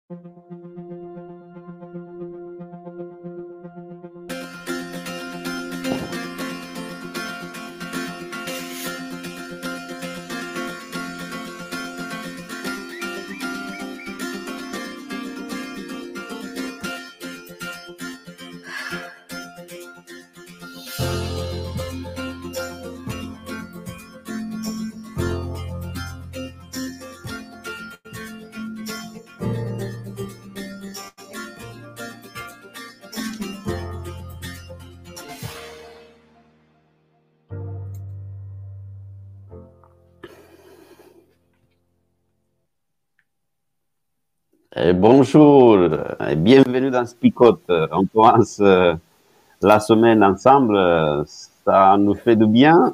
Bonjour et bienvenue dans Spicote. On commence la semaine ensemble. Ça nous fait du bien.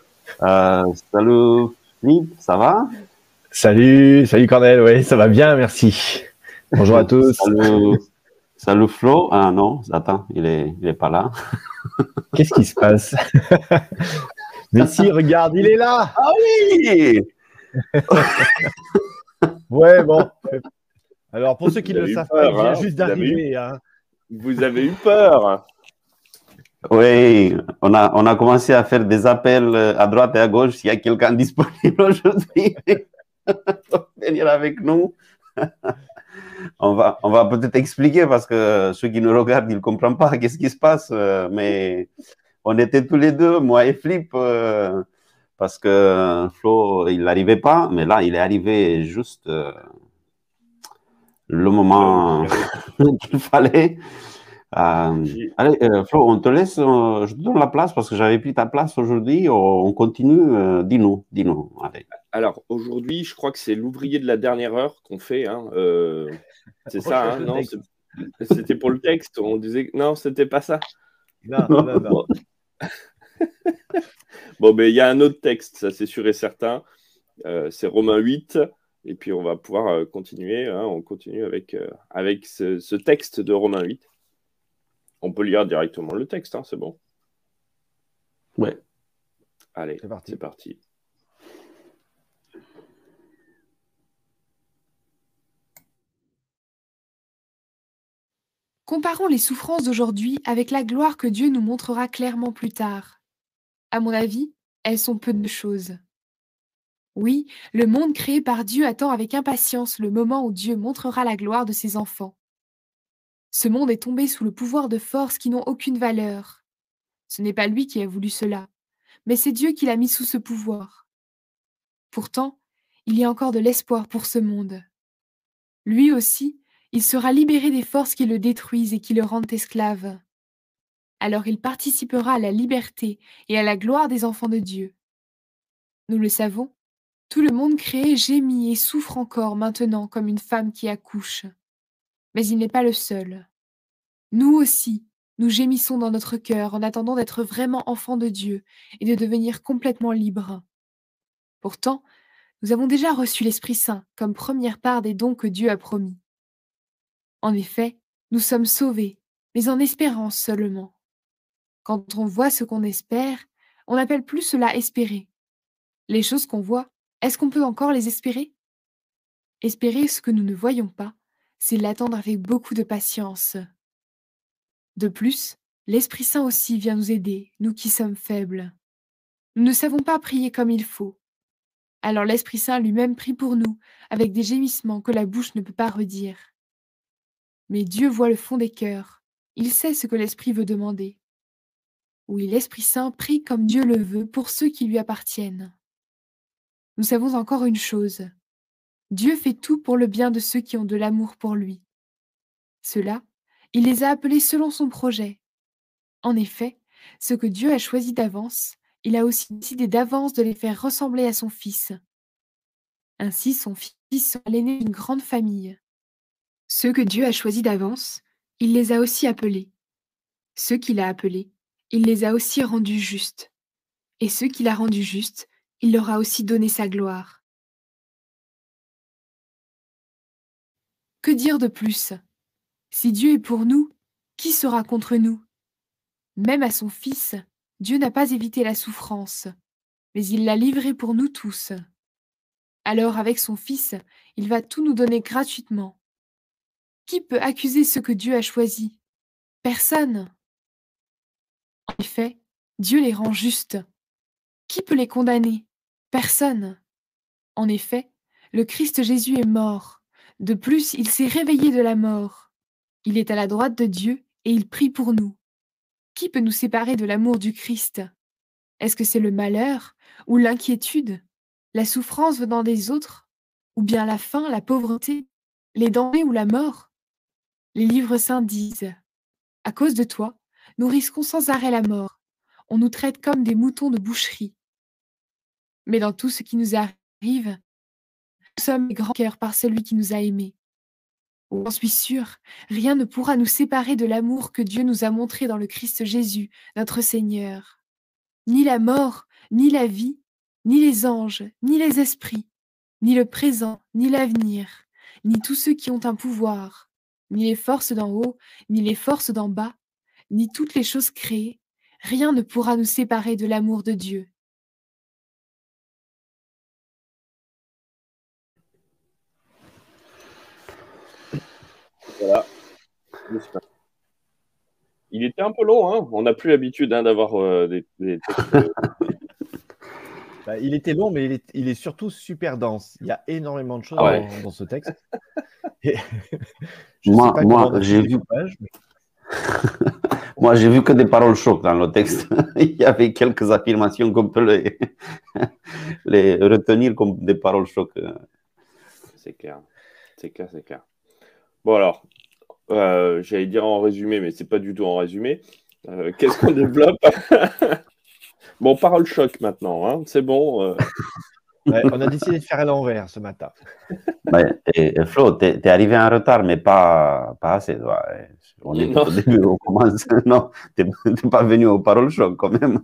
Salut Philippe, ça va? Salut Cornel, oui, ça va bien, merci. Bonjour à tous. Salut Flo. Ah non, attends, il est pas là. Qu'est-ce qui se passe? Mais si, regarde, il est là. Ah oui. Ouais, bon. Alors, pour ceux qui ne le savent pas, il vient hein, juste d'arriver. Vous avez eu peur. Oui, on a commencé à faire des appels à droite et à gauche. S'il y a quelqu'un disponible aujourd'hui pour venir avec nous. On va peut-être expliquer parce que ceux qui nous regardent, ils ne comprennent pas qu'est-ce qui se passe. Mais on était tous les deux, moi et Flip, parce que Flo, il n'arrivait pas. Mais là, il est arrivé juste le moment qu'il fallait. Allez, Flo, on te laisse, je te donne la place parce que j'avais pris ta place aujourd'hui. On continue. Dis-nous. Allez. Alors, aujourd'hui, je crois que c'est l'ouvrier de la dernière heure qu'on fait. Hein, c'est ça, hein, non? C'était pour le texte. On disait non, c'était pas ça. Non. Bon, mais il y a un autre texte, ça c'est sûr et certain. C'est Romains 8. Et puis, on va pouvoir continuer. Hein, on continue avec ce texte de Romains 8. On peut lire directement le texte, hein, c'est bon. Ouais. Allez, c'est parti. Comparons les souffrances d'aujourd'hui avec la gloire que Dieu nous montrera clairement plus tard. À mon avis, elles sont peu de choses. Oui, le monde créé par Dieu attend avec impatience le moment où Dieu montrera la gloire de ses enfants. Ce monde est tombé sous le pouvoir de forces qui n'ont aucune valeur. Ce n'est pas lui qui a voulu cela, mais c'est Dieu qui l'a mis sous ce pouvoir. Pourtant, il y a encore de l'espoir pour ce monde. Lui aussi, il sera libéré des forces qui le détruisent et qui le rendent esclave. Alors il participera à la liberté et à la gloire des enfants de Dieu. Nous le savons, tout le monde créé gémit et souffre encore maintenant comme une femme qui accouche. Mais il n'est pas le seul. Nous aussi, nous gémissons dans notre cœur en attendant d'être vraiment enfants de Dieu et de devenir complètement libres. Pourtant, nous avons déjà reçu l'Esprit Saint comme première part des dons que Dieu a promis. En effet, nous sommes sauvés, mais en espérance seulement. Quand on voit ce qu'on espère, on n'appelle plus cela espérer. Les choses qu'on voit, est-ce qu'on peut encore les espérer? Espérer ce que nous ne voyons pas, c'est l'attendre avec beaucoup de patience. De plus, l'Esprit Saint aussi vient nous aider, nous qui sommes faibles. Nous ne savons pas prier comme il faut. Alors l'Esprit Saint lui-même prie pour nous, avec des gémissements que la bouche ne peut pas redire. Mais Dieu voit le fond des cœurs. Il sait ce que l'Esprit veut demander. Oui, l'Esprit Saint prie comme Dieu le veut pour ceux qui lui appartiennent. Nous savons encore une chose. Dieu fait tout pour le bien de ceux qui ont de l'amour pour lui. Ceux-là, il les a appelés selon son projet. En effet, ce que Dieu a choisi d'avance, il a aussi décidé d'avance de les faire ressembler à son Fils. Ainsi, son Fils sera l'aîné d'une grande famille. Ceux que Dieu a choisis d'avance, il les a aussi appelés. Ceux qu'il a appelés, il les a aussi rendus justes. Et ceux qu'il a rendus justes, il leur a aussi donné sa gloire. Que dire de plus? Si Dieu est pour nous, qui sera contre nous? Même à son Fils, Dieu n'a pas évité la souffrance, mais il l'a livré pour nous tous. Alors avec son Fils, il va tout nous donner gratuitement. Qui peut accuser ceux que Dieu a choisis? Personne. En effet, Dieu les rend justes. Qui peut les condamner? Personne. En effet, le Christ Jésus est mort. De plus, il s'est réveillé de la mort. Il est à la droite de Dieu et il prie pour nous. Qui peut nous séparer de l'amour du Christ? Est-ce que c'est le malheur ou l'inquiétude, la souffrance venant des autres, ou bien la faim, la pauvreté, les dangers ou la mort? Les livres saints disent: à cause de toi, nous risquons sans arrêt la mort. On nous traite comme des moutons de boucherie. Mais dans tout ce qui nous arrive, nous sommes grands cœurs par celui qui nous a aimés. J'en suis sûre, rien ne pourra nous séparer de l'amour que Dieu nous a montré dans le Christ Jésus, notre Seigneur. Ni la mort, ni la vie, ni les anges, ni les esprits, ni le présent, ni l'avenir, ni tous ceux qui ont un pouvoir, ni les forces d'en haut, ni les forces d'en bas, ni toutes les choses créées, rien ne pourra nous séparer de l'amour de Dieu. Voilà. Il était un peu long, hein. On n'a plus l'habitude d'avoir des textes. Bah, il était long, mais il est surtout super dense. Il y a énormément de choses dans ce texte. Et je sais pas comment on a j'ai fait vu. les pages, mais... Moi, j'ai vu que des paroles chocs dans le texte. Il y avait quelques affirmations qu'on peut les retenir comme des paroles chocs. C'est clair. C'est clair, c'est clair. Bon, alors, j'allais dire en résumé, mais c'est pas du tout en résumé. Qu'est-ce qu'on développe? Bon, parole choc maintenant, hein. C'est bon. Ouais, on a décidé de faire à l'envers ce matin. Et Flo, t'es arrivé en retard, mais pas assez. On est au début, on commence. Non, t'es pas venu aux paroles choc quand même.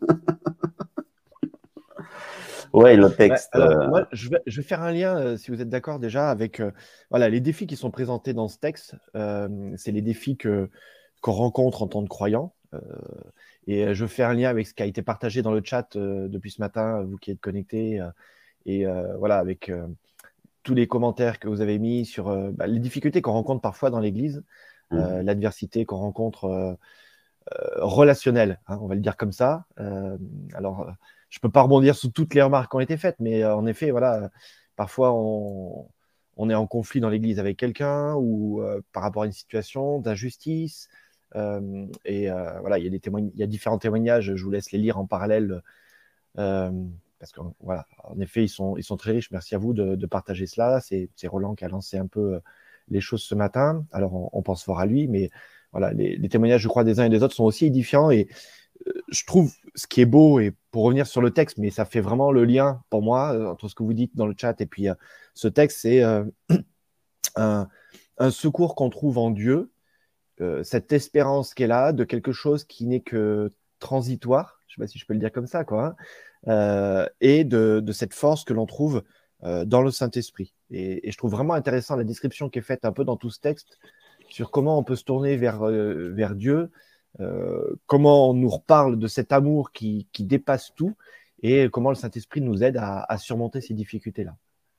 Oui, le texte. Alors, moi, je vais faire un lien, si vous êtes d'accord déjà, avec voilà, les défis qui sont présentés dans ce texte. C'est les défis qu'on rencontre en tant que croyant. Et je fais un lien avec ce qui a été partagé dans le chat depuis ce matin, vous qui êtes connectés. Et voilà, avec tous les commentaires que vous avez mis sur les difficultés qu'on rencontre parfois dans l'Église, l'adversité qu'on rencontre relationnelle, hein, on va le dire comme ça. Alors, je ne peux pas rebondir sur toutes les remarques qui ont été faites, mais en effet, voilà, parfois on est en conflit dans l'Église avec quelqu'un ou par rapport à une situation d'injustice. Et voilà, il y a différents témoignages, je vous laisse les lire en parallèle. Parce que voilà, en effet, ils sont très riches. Merci à vous de partager cela. C'est Roland qui a lancé un peu les choses ce matin. Alors, on pense fort à lui, mais voilà, les témoignages, je crois, des uns et des autres sont aussi édifiants. Et je trouve ce qui est beau, et pour revenir sur le texte, mais ça fait vraiment le lien pour moi entre ce que vous dites dans le chat et puis ce texte, c'est un secours qu'on trouve en Dieu, cette espérance qui est là de quelque chose qui n'est que transitoire. Je ne sais pas si je peux le dire comme ça, quoi. Et de cette force que l'on trouve dans le Saint-Esprit. Et je trouve vraiment intéressant la description qui est faite un peu dans tout ce texte sur comment on peut se tourner vers Dieu, comment on nous reparle de cet amour qui dépasse tout et comment le Saint-Esprit nous aide à surmonter ces difficultés-là.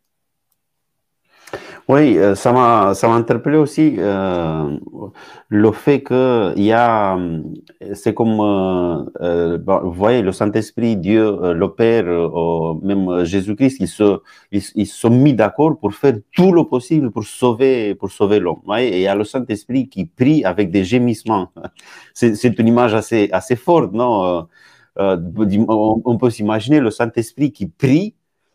Oui, ça m'a interpellé aussi le fait que c'est comme, vous voyez, le Saint-Esprit, Dieu, le Père, même Jésus-Christ, ils sont mis d'accord pour faire tout le possible pour sauver l'homme. Et il y a le Saint-Esprit qui prie avec des gémissements. C'est une image assez forte, non? On peut s'imaginer le Saint-Esprit qui prie,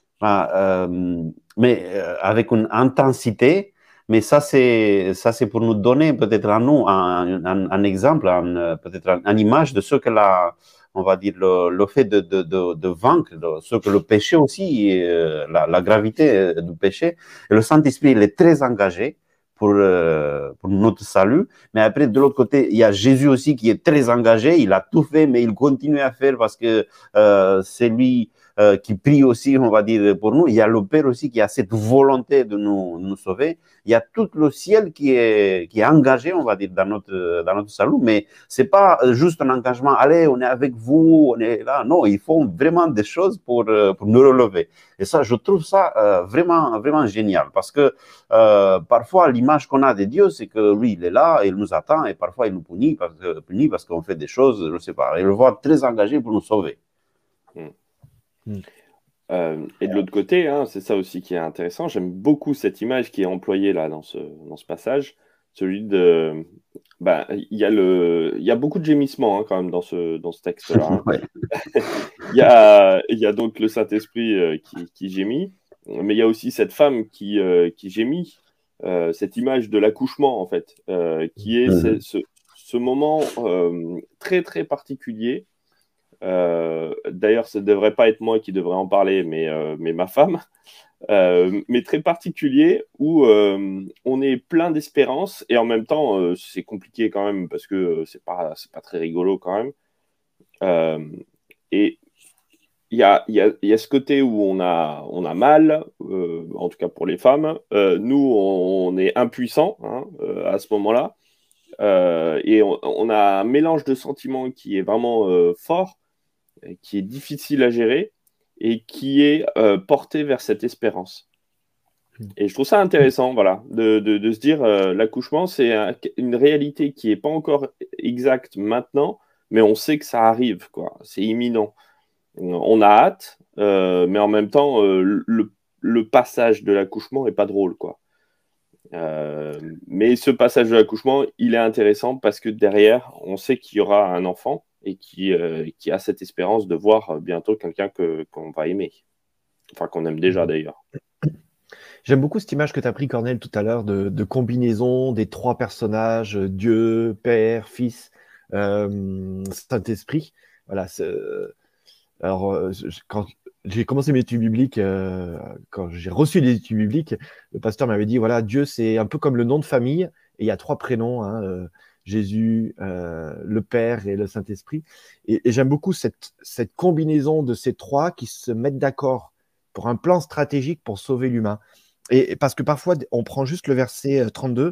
mais avec une intensité. Mais ça, c'est pour nous donner peut-être à nous un exemple, peut-être une image de ce que on va dire, le fait de vaincre, ce que le péché aussi, la gravité du péché. Et le Saint-Esprit, il est très engagé pour notre salut. Mais après, de l'autre côté, il y a Jésus aussi qui est très engagé. Il a tout fait, mais il continue à faire parce que c'est lui qui prie aussi, on va dire, pour nous. Il y a le Père aussi qui a cette volonté de nous sauver. Il y a tout le ciel qui est engagé, on va dire, dans notre salut. Mais ce n'est pas juste un engagement, allez, on est avec vous, on est là. Non, ils font vraiment des choses pour nous relever. Et ça, je trouve ça vraiment, vraiment génial. Parce que parfois, l'image qu'on a de Dieu, c'est que lui, il est là, il nous attend, et parfois, il nous punit parce qu'on fait des choses, je ne sais pas. Il le voit très engagé pour nous sauver. Et de l'autre côté, hein, c'est ça aussi qui est intéressant. J'aime beaucoup cette image qui est employée là dans ce passage, celui de, il y a beaucoup de gémissements, hein, quand même dans ce texte-là. Hein. Ouais. Il y a donc le Saint-Esprit qui gémit, mais il y a aussi cette femme qui gémit. Cette image de l'accouchement en fait, qui est ce moment très très particulier. D'ailleurs, ce ne devrait pas être moi qui devrais en parler, mais ma femme, mais très particulier où on est plein d'espérance et en même temps, c'est compliqué quand même parce que c'est pas très rigolo quand même. Et il y a ce côté où on a mal, en tout cas pour les femmes. Nous, on est impuissants à ce moment-là. Et on a un mélange de sentiments qui est vraiment fort, qui est difficile à gérer et qui est porté vers cette espérance. Et je trouve ça intéressant, voilà, de se dire l'accouchement, c'est une réalité qui n'est pas encore exacte maintenant, mais on sait que ça arrive, quoi. C'est imminent. On a hâte, mais en même temps, le passage de l'accouchement n'est pas drôle, quoi. Mais ce passage de l'accouchement, il est intéressant parce que derrière, on sait qu'il y aura un enfant et qui a cette espérance de voir bientôt quelqu'un qu'on va aimer. Enfin, qu'on aime déjà d'ailleurs. J'aime beaucoup cette image que tu as pris, Cornel, tout à l'heure, de combinaison des trois personnages, Dieu, Père, Fils, Saint-Esprit. Voilà. Alors, quand j'ai commencé mes études bibliques, quand j'ai reçu les études bibliques, le pasteur m'avait dit, voilà, Dieu, c'est un peu comme le nom de famille, et il y a trois prénoms, hein, Jésus, le Père et le Saint-Esprit. Et j'aime beaucoup cette combinaison de ces trois qui se mettent d'accord pour un plan stratégique pour sauver l'humain. Et parce que parfois, on prend juste le verset 32,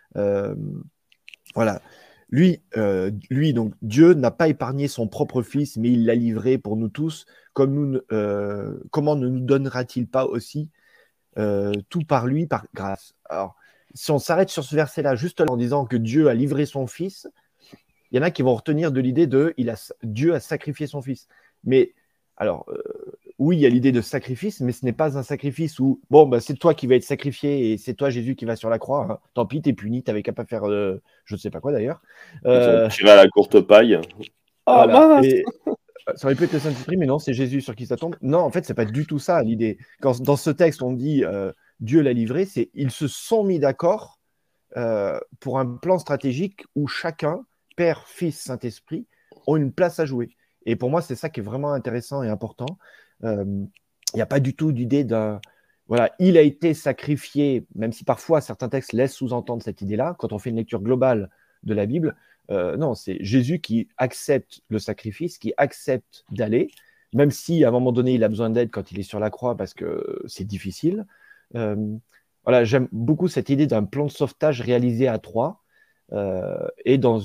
voilà. Lui, donc, Dieu n'a pas épargné son propre Fils, mais il l'a livré pour nous tous. Comment ne nous donnera-t-il pas aussi tout par lui, par grâce? Alors, si on s'arrête sur ce verset-là, juste en disant que Dieu a livré son Fils, il y en a qui vont retenir de l'idée de Dieu a sacrifié son Fils. Mais alors, oui, il y a l'idée de sacrifice, mais ce n'est pas un sacrifice où, bon, c'est toi qui vas être sacrifié et c'est toi, Jésus, qui va sur la croix. Hein. Tant pis, t'es puni, t'avais qu'à pas faire je ne sais pas quoi d'ailleurs. Tirer à la courte paille. Voilà. Et, ça aurait pu être le Saint-Esprit, mais non, c'est Jésus sur qui ça tombe. Non, en fait, c'est pas du tout ça l'idée. Quand dans ce texte, on dit Dieu l'a livré, c'est ils se sont mis d'accord pour un plan stratégique où chacun, Père, Fils, Saint-Esprit, ont une place à jouer. Et pour moi, c'est ça qui est vraiment intéressant et important. Il n'y a pas du tout d'idée d'un... Voilà, il a été sacrifié, même si parfois certains textes laissent sous-entendre cette idée-là. Quand on fait une lecture globale de la Bible, non, c'est Jésus qui accepte le sacrifice, qui accepte d'aller, même si à un moment donné, il a besoin d'aide quand il est sur la croix parce que c'est difficile. Voilà, j'aime beaucoup cette idée d'un plan de sauvetage réalisé à trois et dans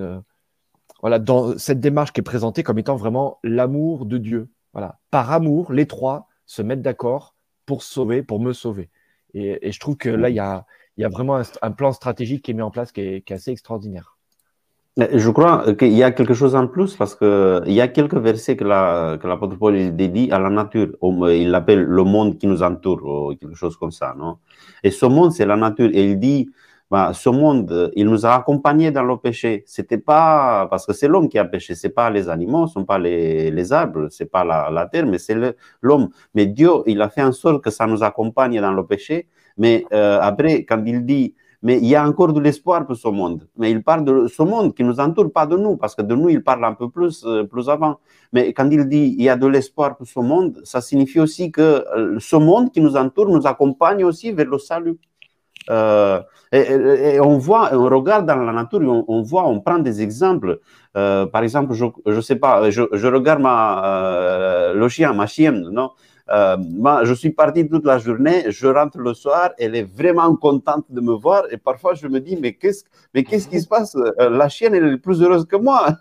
dans cette démarche qui est présentée comme étant vraiment l'amour de Dieu. Voilà. Par amour, les trois se mettent d'accord pour sauver, pour me sauver. Et je trouve que là, il y a vraiment un plan stratégique qui est mis en place qui est assez extraordinaire. Je crois qu'il y a quelque chose en plus parce qu'il y a quelques versets que l'apôtre Paul dédie à la nature. Il l'appelle le monde qui nous entoure ou quelque chose comme ça. Non? Et ce monde, c'est la nature. Et il dit, ce monde, il nous a accompagnés dans le péché. C'était pas parce que c'est l'homme qui a péché. C'est pas les animaux, ce sont pas les arbres, c'est pas la terre, mais c'est l'homme. Mais Dieu, il a fait en sorte que ça nous accompagne dans le péché. Mais après, quand il dit mais il y a encore de l'espoir pour ce monde. Mais il parle de ce monde qui nous entoure, pas de nous, parce que de nous, il parle un peu plus avant. Mais quand il dit il y a de l'espoir pour ce monde, ça signifie aussi que ce monde qui nous entoure nous accompagne aussi vers le salut. Et on voit, on regarde dans la nature, on voit, on prend des exemples. Par exemple, je sais pas, je regarde le chien, ma chienne, non? Je suis parti toute la journée, je rentre le soir, elle est vraiment contente de me voir et parfois je me dis, mais qu'est-ce qui se passe? La chienne, elle est plus heureuse que moi.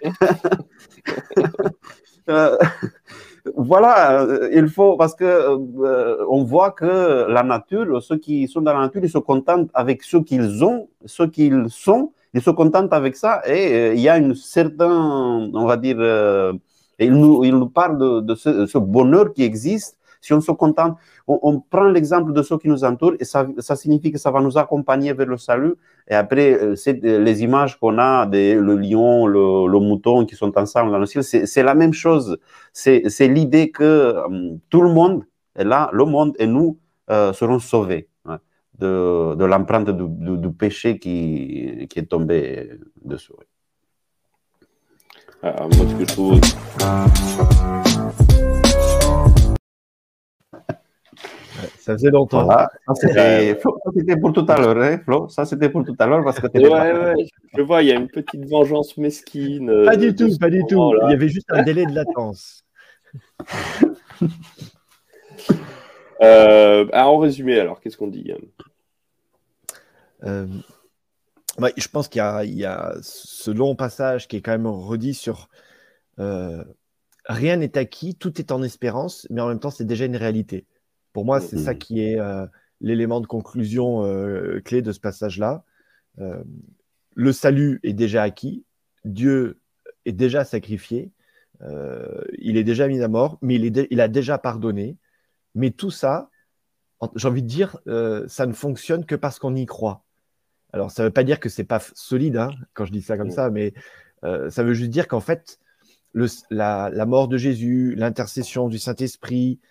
Voilà, il faut, parce que on voit que la nature, ceux qui sont dans la nature, ils se contentent avec ce qu'ils ont, ce qu'ils sont, ils se contentent avec ça, et il y a une certaine, on va dire, il nous parle de ce bonheur qui existe si on se contente. On prend l'exemple de ceux qui nous entourent, et ça signifie que ça va nous accompagner vers le salut. Et après, les images qu'on a, le lion, le mouton qui sont ensemble dans le ciel, c'est la même chose. C'est l'idée que tout le monde est là, le monde et nous serons sauvés, hein, de l'empreinte du péché qui est tombé dessus. Alors, moi, ce que je trouve... Ça faisait longtemps. Voilà. Ça, c'était pour tout à l'heure, hein, Flo. Ça, c'était pour tout à l'heure parce que ouais, je vois, il y a une petite vengeance mesquine. Pas du tout, pas du tout. Il y avait juste un délai de latence. En résumé, alors, qu'est-ce qu'on dit? Je pense qu'il y a ce long passage qui est quand même redit sur rien n'est acquis, tout est en espérance, mais en même temps, c'est déjà une réalité. Pour moi, c'est ça qui est l'élément de conclusion clé de ce passage-là. Le salut est déjà acquis, Dieu est déjà sacrifié, il est déjà mis à mort, mais il a déjà pardonné. Mais tout ça, j'ai envie de dire, ça ne fonctionne que parce qu'on y croit. Alors, ça ne veut pas dire que ce n'est pas solide, hein, quand je dis ça comme ça, mais ça veut juste dire qu'en fait, la mort de Jésus, l'intercession du Saint-Esprit,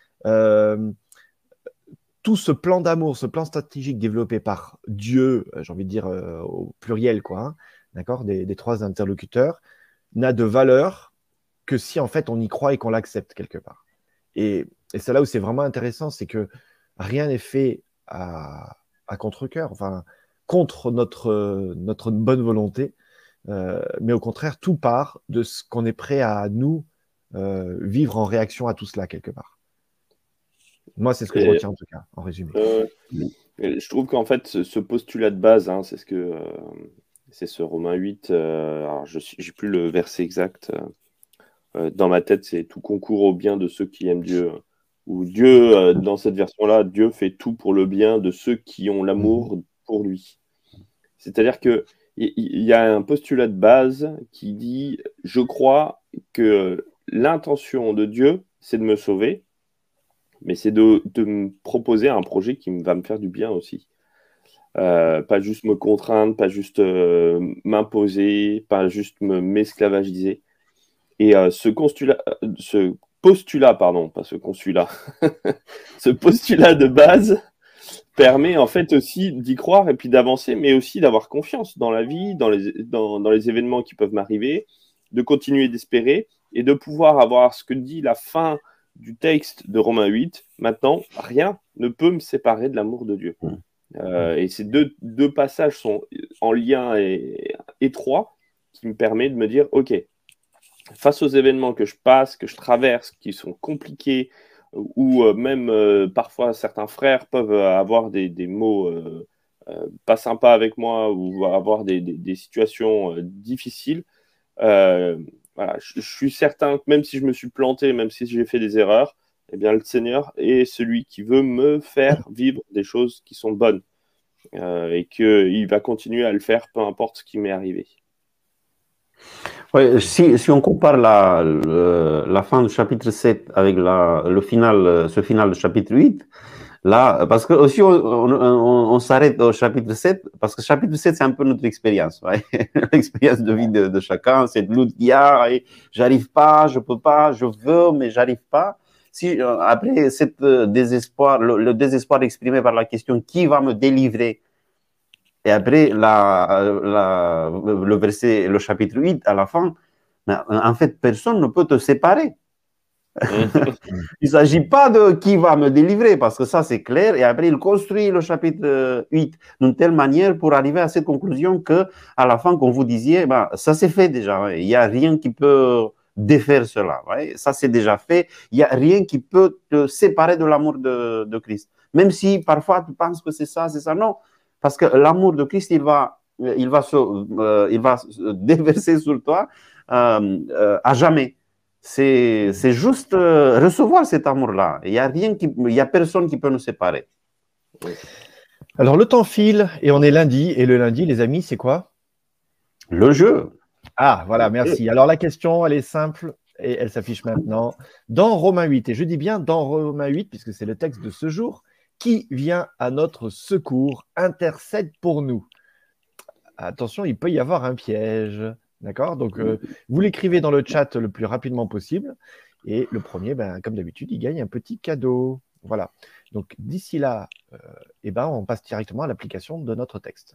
tout ce plan d'amour, ce plan stratégique développé par Dieu, j'ai envie de dire au pluriel, quoi, hein, d'accord, des trois interlocuteurs, n'a de valeur que si en fait on y croit et qu'on l'accepte quelque part. Et c'est là où c'est vraiment intéressant, c'est que rien n'est fait à contre-cœur, enfin contre notre bonne volonté, mais au contraire, tout part de ce qu'on est prêt à nous vivre en réaction à tout cela quelque part. Moi, c'est ce que je retiens en tout cas, en résumé. Je trouve qu'en fait, ce postulat de base, hein, c'est ce Romains 8, alors je n'ai plus le verset exact, dans ma tête, c'est « tout concourt au bien de ceux qui aiment Dieu ». Où Dieu, dans cette version-là, Dieu fait tout pour le bien de ceux qui ont l'amour pour lui. C'est-à-dire qu'il y a un postulat de base qui dit « je crois que l'intention de Dieu, c'est de me sauver, mais c'est de me proposer un projet qui va me faire du bien aussi. Pas juste me contraindre, pas juste m'imposer, pas juste m'esclavagiser. » Et ce postulat de base permet en fait aussi d'y croire et puis d'avancer, mais aussi d'avoir confiance dans la vie, dans les événements qui peuvent m'arriver, de continuer d'espérer et de pouvoir avoir ce que dit la fin du texte de Romains 8. Maintenant, rien ne peut me séparer de l'amour de Dieu. Et ces deux passages sont en lien étroit qui me permet de me dire, ok, face aux événements que je passe, que je traverse, qui sont compliqués, ou même parfois certains frères peuvent avoir des mots pas sympas avec moi, ou avoir des situations difficiles, voilà, je suis certain que même si je me suis planté, même si j'ai fait des erreurs, eh bien, le Seigneur est celui qui veut me faire vivre des choses qui sont bonnes, et qu'il va continuer à le faire, peu importe ce qui m'est arrivé. Ouais, si on compare la fin du chapitre 7 avec ce final du chapitre 8, là, parce que aussi on s'arrête au chapitre 7, parce que le chapitre 7, c'est un peu notre expérience, ouais. L'expérience de vie de chacun, cette lutte qu'il y a, et j'arrive pas, je peux pas, je veux, mais j'arrive pas. Si après cette désespoir, le désespoir exprimé par la question qui va me délivrer, et après le chapitre 8 à la fin, en fait, personne ne peut te séparer. Il ne s'agit pas de qui va me délivrer, parce que ça, c'est clair. Et après, il construit le chapitre 8 d'une telle manière pour arriver à cette conclusion que, à la fin, comme vous disiez, ben, ça s'est fait déjà. Il n'y a rien qui peut défaire cela. Ouais. Ça, c'est déjà fait. Il n'y a rien qui peut te séparer de l'amour de Christ. Même si, parfois, tu penses que c'est ça. Non. Parce que l'amour de Christ, il va se déverser sur toi à jamais. C'est juste recevoir cet amour-là. Il y a personne qui peut nous séparer. Alors, le temps file et on est lundi. Et le lundi, les amis, c'est quoi? Le jeu. Ah, voilà, merci. Alors, la question, elle est simple et elle s'affiche maintenant. Dans Romains 8, et je dis bien dans Romains 8, puisque c'est le texte de ce jour, qui vient à notre secours, intercède pour nous. Attention, il peut y avoir un piège. D'accord? Donc, vous l'écrivez dans le chat le plus rapidement possible. Et le premier, ben, comme d'habitude, il gagne un petit cadeau. Voilà. Donc, d'ici là, on passe directement à l'application de notre texte.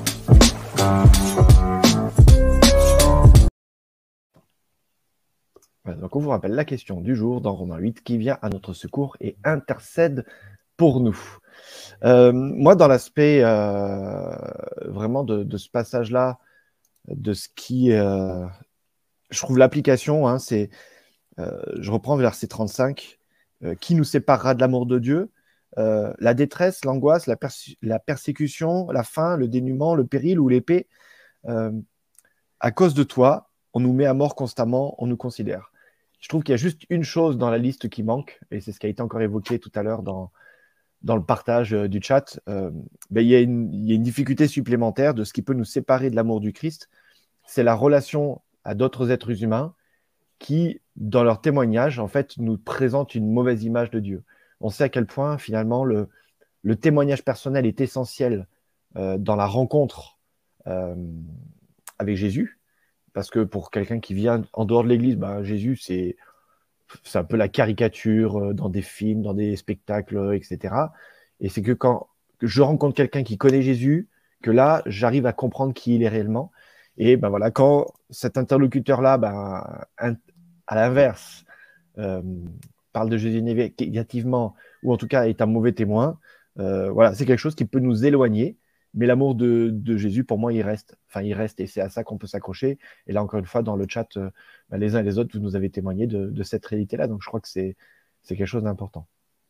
Voilà, donc, on vous rappelle la question du jour dans Romains 8, qui vient à notre secours et intercède pour nous. Moi, dans l'aspect vraiment de ce passage-là, de ce qui... je trouve l'application, hein, c'est... je reprends verset 35. Qui nous séparera de l'amour de Dieu? La détresse, l'angoisse, la persécution, la faim, le dénuement, le péril ou l'épée. À cause de toi, on nous met à mort constamment, on nous considère. Je trouve qu'il y a juste une chose dans la liste qui manque, et c'est ce qui a été encore évoqué tout à l'heure dans le partage du chat. Il y a une difficulté supplémentaire de ce qui peut nous séparer de l'amour du Christ. C'est la relation à d'autres êtres humains qui, dans leur témoignage, en fait, nous présentent une mauvaise image de Dieu. On sait à quel point, finalement, le témoignage personnel est essentiel dans la rencontre avec Jésus, parce que pour quelqu'un qui vient en dehors de l'Église, Jésus, c'est un peu la caricature dans des films, dans des spectacles, etc. Et c'est que quand je rencontre quelqu'un qui connaît Jésus, que là, j'arrive à comprendre qui il est réellement. Et voilà, quand cet interlocuteur-là, à l'inverse, parle de Jésus négativement, ou en tout cas est un mauvais témoin, voilà, c'est quelque chose qui peut nous éloigner. Mais l'amour de Jésus, pour moi, il reste. Enfin, il reste, et c'est à ça qu'on peut s'accrocher. Et là, encore une fois, dans le chat, les uns et les autres, vous nous avez témoigné de cette réalité-là. Donc, je crois que c'est quelque chose d'important.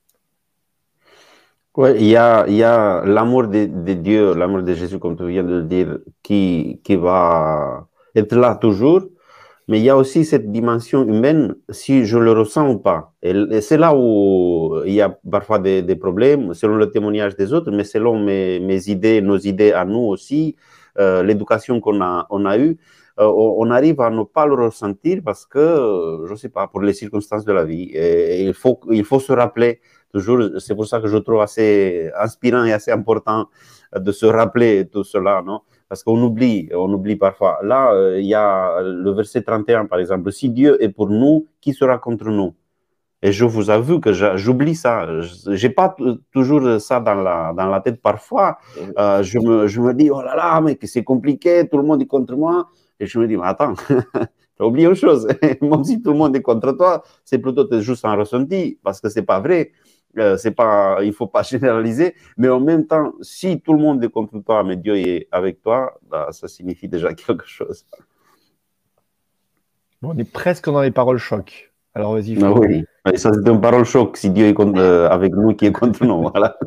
Oui, il y a l'amour de Dieu, l'amour de Jésus, comme tu viens de le dire, qui va être là toujours. Mais il y a aussi cette dimension humaine, si je le ressens ou pas. Et c'est là où il y a parfois des problèmes, selon le témoignage des autres, mais selon mes idées, nos idées à nous aussi, l'éducation qu'on a eue, on arrive à ne pas le ressentir parce que, je ne sais pas, pour les circonstances de la vie. Et il faut se rappeler toujours, c'est pour ça que je trouve assez inspirant et assez important de se rappeler tout cela, non? Parce qu'on oublie parfois. Là, il y a le verset 31, par exemple. Si Dieu est pour nous, qui sera contre nous? Et je vous avoue que j'oublie ça. Je n'ai pas toujours ça dans la tête. Parfois, je me dis, oh là là, mais c'est compliqué, tout le monde est contre moi. Et je me dis, mais attends, tu as oublié une chose. Même si tout le monde est contre toi, c'est plutôt juste un ressenti, parce que ce n'est pas vrai. Il ne faut pas généraliser, mais en même temps, si tout le monde est contre toi, mais Dieu est avec toi, ça signifie déjà quelque chose. Bon, on est presque dans les paroles choc. Alors vas-y. Oui, ça c'est une parole choc, si Dieu est avec nous, qui est contre nous. Voilà.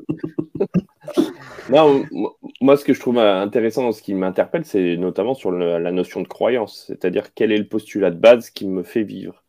Non, moi, ce que je trouve intéressant dans ce qui m'interpelle, c'est notamment sur la notion de croyance, c'est-à-dire quel est le postulat de base qui me fait vivre.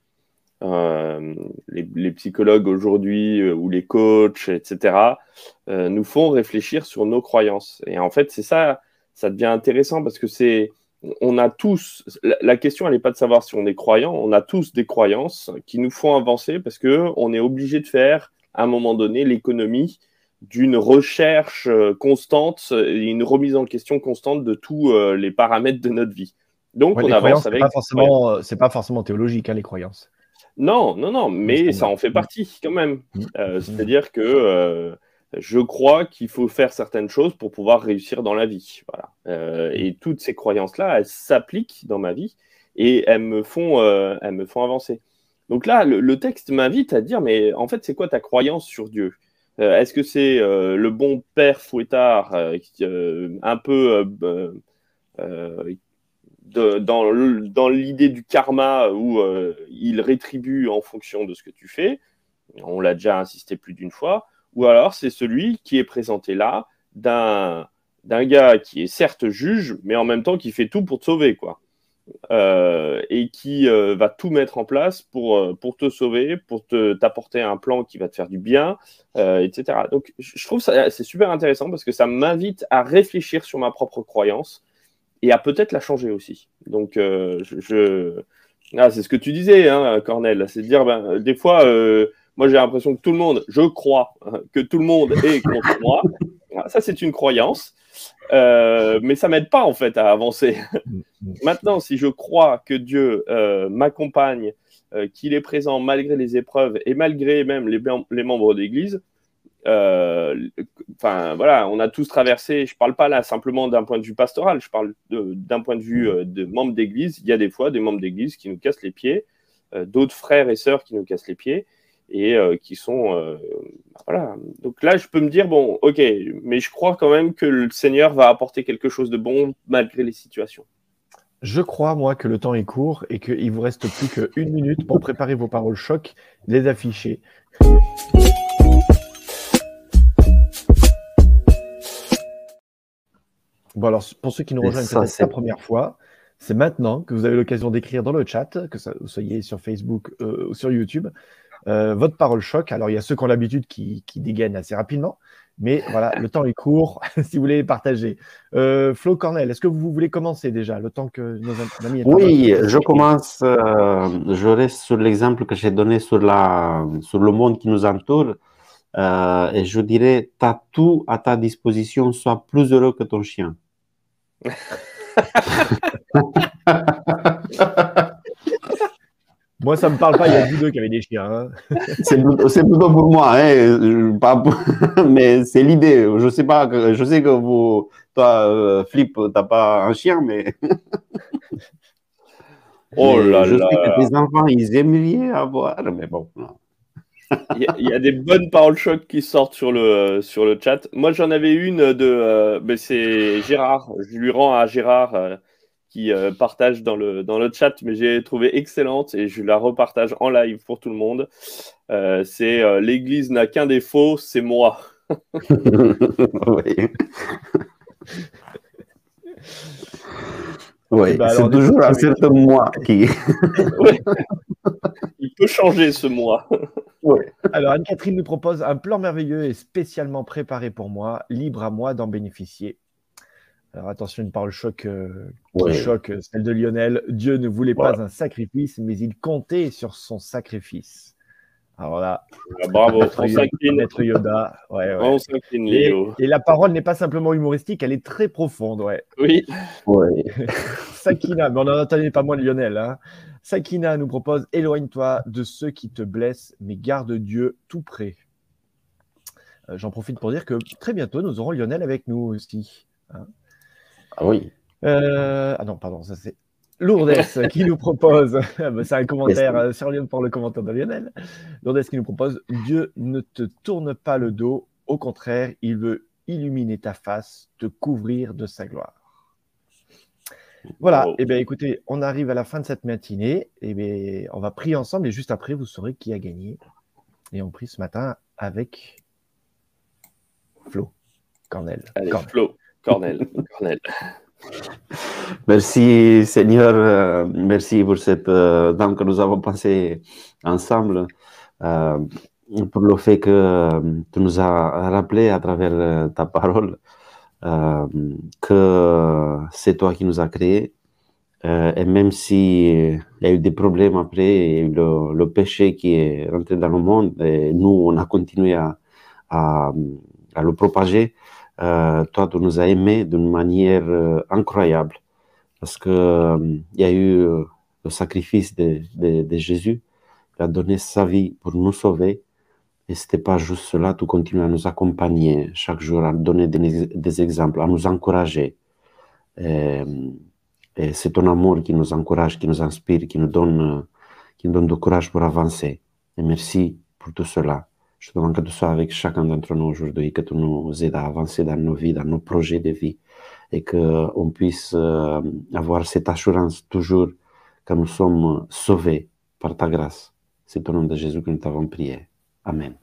Les psychologues aujourd'hui ou les coachs, etc., nous font réfléchir sur nos croyances. Et en fait, c'est ça devient intéressant parce que on a tous, la question, elle n'est pas de savoir si on est croyant, on a tous des croyances qui nous font avancer parce qu'on est obligé de faire, à un moment donné, l'économie d'une recherche constante et une remise en question constante de tous les paramètres de notre vie. Donc, on avance avec... C'est pas forcément théologique, hein, les croyances. Non, mais ça en fait partie quand même. C'est-à-dire que je crois qu'il faut faire certaines choses pour pouvoir réussir dans la vie. Voilà. Et toutes ces croyances-là, elles s'appliquent dans ma vie et elles me font avancer. Donc là, le texte m'invite à dire, mais en fait, c'est quoi ta croyance sur Dieu? Est-ce que c'est le bon père fouettard, un peu dans l'idée du karma où il rétribue en fonction de ce que tu fais? On l'a déjà insisté plus d'une fois. Ou alors, c'est celui qui est présenté là d'un gars qui est certes juge, mais en même temps qui fait tout pour te sauver, quoi. Et qui va tout mettre en place pour te sauver, pour t'apporter un plan qui va te faire du bien, etc. Donc, je trouve ça c'est super intéressant parce que ça m'invite à réfléchir sur ma propre croyance et à peut-être la changer aussi. Donc, c'est ce que tu disais, hein, Cornel, c'est de dire, des fois, moi j'ai l'impression que tout le monde, je crois, que tout le monde est contre moi. Ça, c'est une croyance. Mais ça m'aide pas en fait à avancer. Maintenant, si je crois que Dieu m'accompagne, qu'il est présent malgré les épreuves et malgré même les membres d'Église, voilà, on a tous traversé. Je parle pas là simplement d'un point de vue pastoral, je parle d'un point de vue de membres d'Église. Il y a des fois des membres d'Église qui nous cassent les pieds, d'autres frères et sœurs qui nous cassent les pieds. Et qui sont... voilà. Donc là, je peux me dire, bon, ok, mais je crois quand même que le Seigneur va apporter quelque chose de bon malgré les situations. Je crois, moi, que le temps est court et qu'il vous reste plus qu'une minute pour préparer vos paroles choc, les afficher. Bon, alors, pour ceux qui nous rejoignent peut-être la première fois, c'est maintenant que vous avez l'occasion d'écrire dans le chat, que vous soyez sur Facebook ou sur YouTube, votre parole choc. Alors, il y a ceux qui ont l'habitude qui dégainent assez rapidement, mais voilà, le temps est court si vous voulez les partager. Flo, Cornel, est-ce que vous voulez commencer déjà, le temps que nos amis... Oui, je commence. Je reste sur l'exemple que j'ai donné sur le monde qui nous entoure. Et je dirais, tu as tout à ta disposition, sois plus heureux que ton chien. Moi, ça ne me parle pas, il y a vous deux qui avez des chiens. Hein. C'est plutôt pour moi, hein, mais c'est l'idée. Je sais que toi, Flip, tu n'as pas un chien, mais... Je sais que tes enfants, ils aimeraient avoir, mais bon. Non. Il y a des bonnes paroles choc qui sortent sur le chat. Moi, j'en avais une mais c'est Gérard. Je lui rends à Gérard qui partage dans le chat, mais j'ai trouvé excellente et je la repartage en live pour tout le monde. C'est l'Église n'a qu'un défaut, c'est moi. Oui. Oui, c'est toujours un certain moi qui... Ouais. Il peut changer ce moi. Oui. Alors, Anne-Catherine nous propose un plan merveilleux et spécialement préparé pour moi, libre à moi d'en bénéficier. Alors, attention, une parole choc qui choque, celle de Lionel. Dieu ne voulait pas un sacrifice, mais il comptait sur son sacrifice. Alors là, bravo, Maître Yoda. Ouais. On s'incline, Léo. Et la parole n'est pas simplement humoristique, elle est très profonde. Ouais. Oui. Ouais. Sakina, mais on n'en entendait pas moins de Lionel. Hein. Sakina nous propose « Éloigne-toi de ceux qui te blessent, mais garde Dieu tout près ». J'en profite pour dire que très bientôt, nous aurons Lionel avec nous aussi. Hein. Ah oui. Ah non, pardon, ça c'est Lourdes qui nous propose, c'est un commentaire sur Lyon pour le commentaire de Lionel. Lourdes qui nous propose « Dieu ne te tourne pas le dos, au contraire, il veut illuminer ta face, te couvrir de sa gloire. » Voilà, et bien écoutez, on arrive à la fin de cette matinée, et bien on va prier ensemble et juste après vous saurez qui a gagné. Et on prie ce matin avec Flo, Cornel. Allez, Flo, Cornel. Merci Seigneur, merci pour cette temps que nous avons passé ensemble, pour le fait que tu nous as rappelé à travers ta parole que c'est toi qui nous as créés, et même s'il y a eu des problèmes après, il y a eu le péché qui est rentré dans le monde, et nous on a continué à le propager, toi tu nous as aimés d'une manière incroyable, parce que il y a eu le sacrifice de Jésus, il a donné sa vie pour nous sauver. Et ce n'était pas juste cela, tu continues à nous accompagner chaque jour, à nous donner des exemples, à nous encourager. Et c'est ton amour qui nous encourage, qui nous inspire, qui nous donne qui nous donne du courage pour avancer. Et merci pour tout cela. Je te demande que tu sois avec chacun d'entre nous aujourd'hui, que tu nous aides à avancer dans nos vies, dans nos projets de vie, et qu'on puisse avoir cette assurance toujours que nous sommes sauvés par ta grâce. C'est au nom de Jésus que nous t'avons prié. Amen.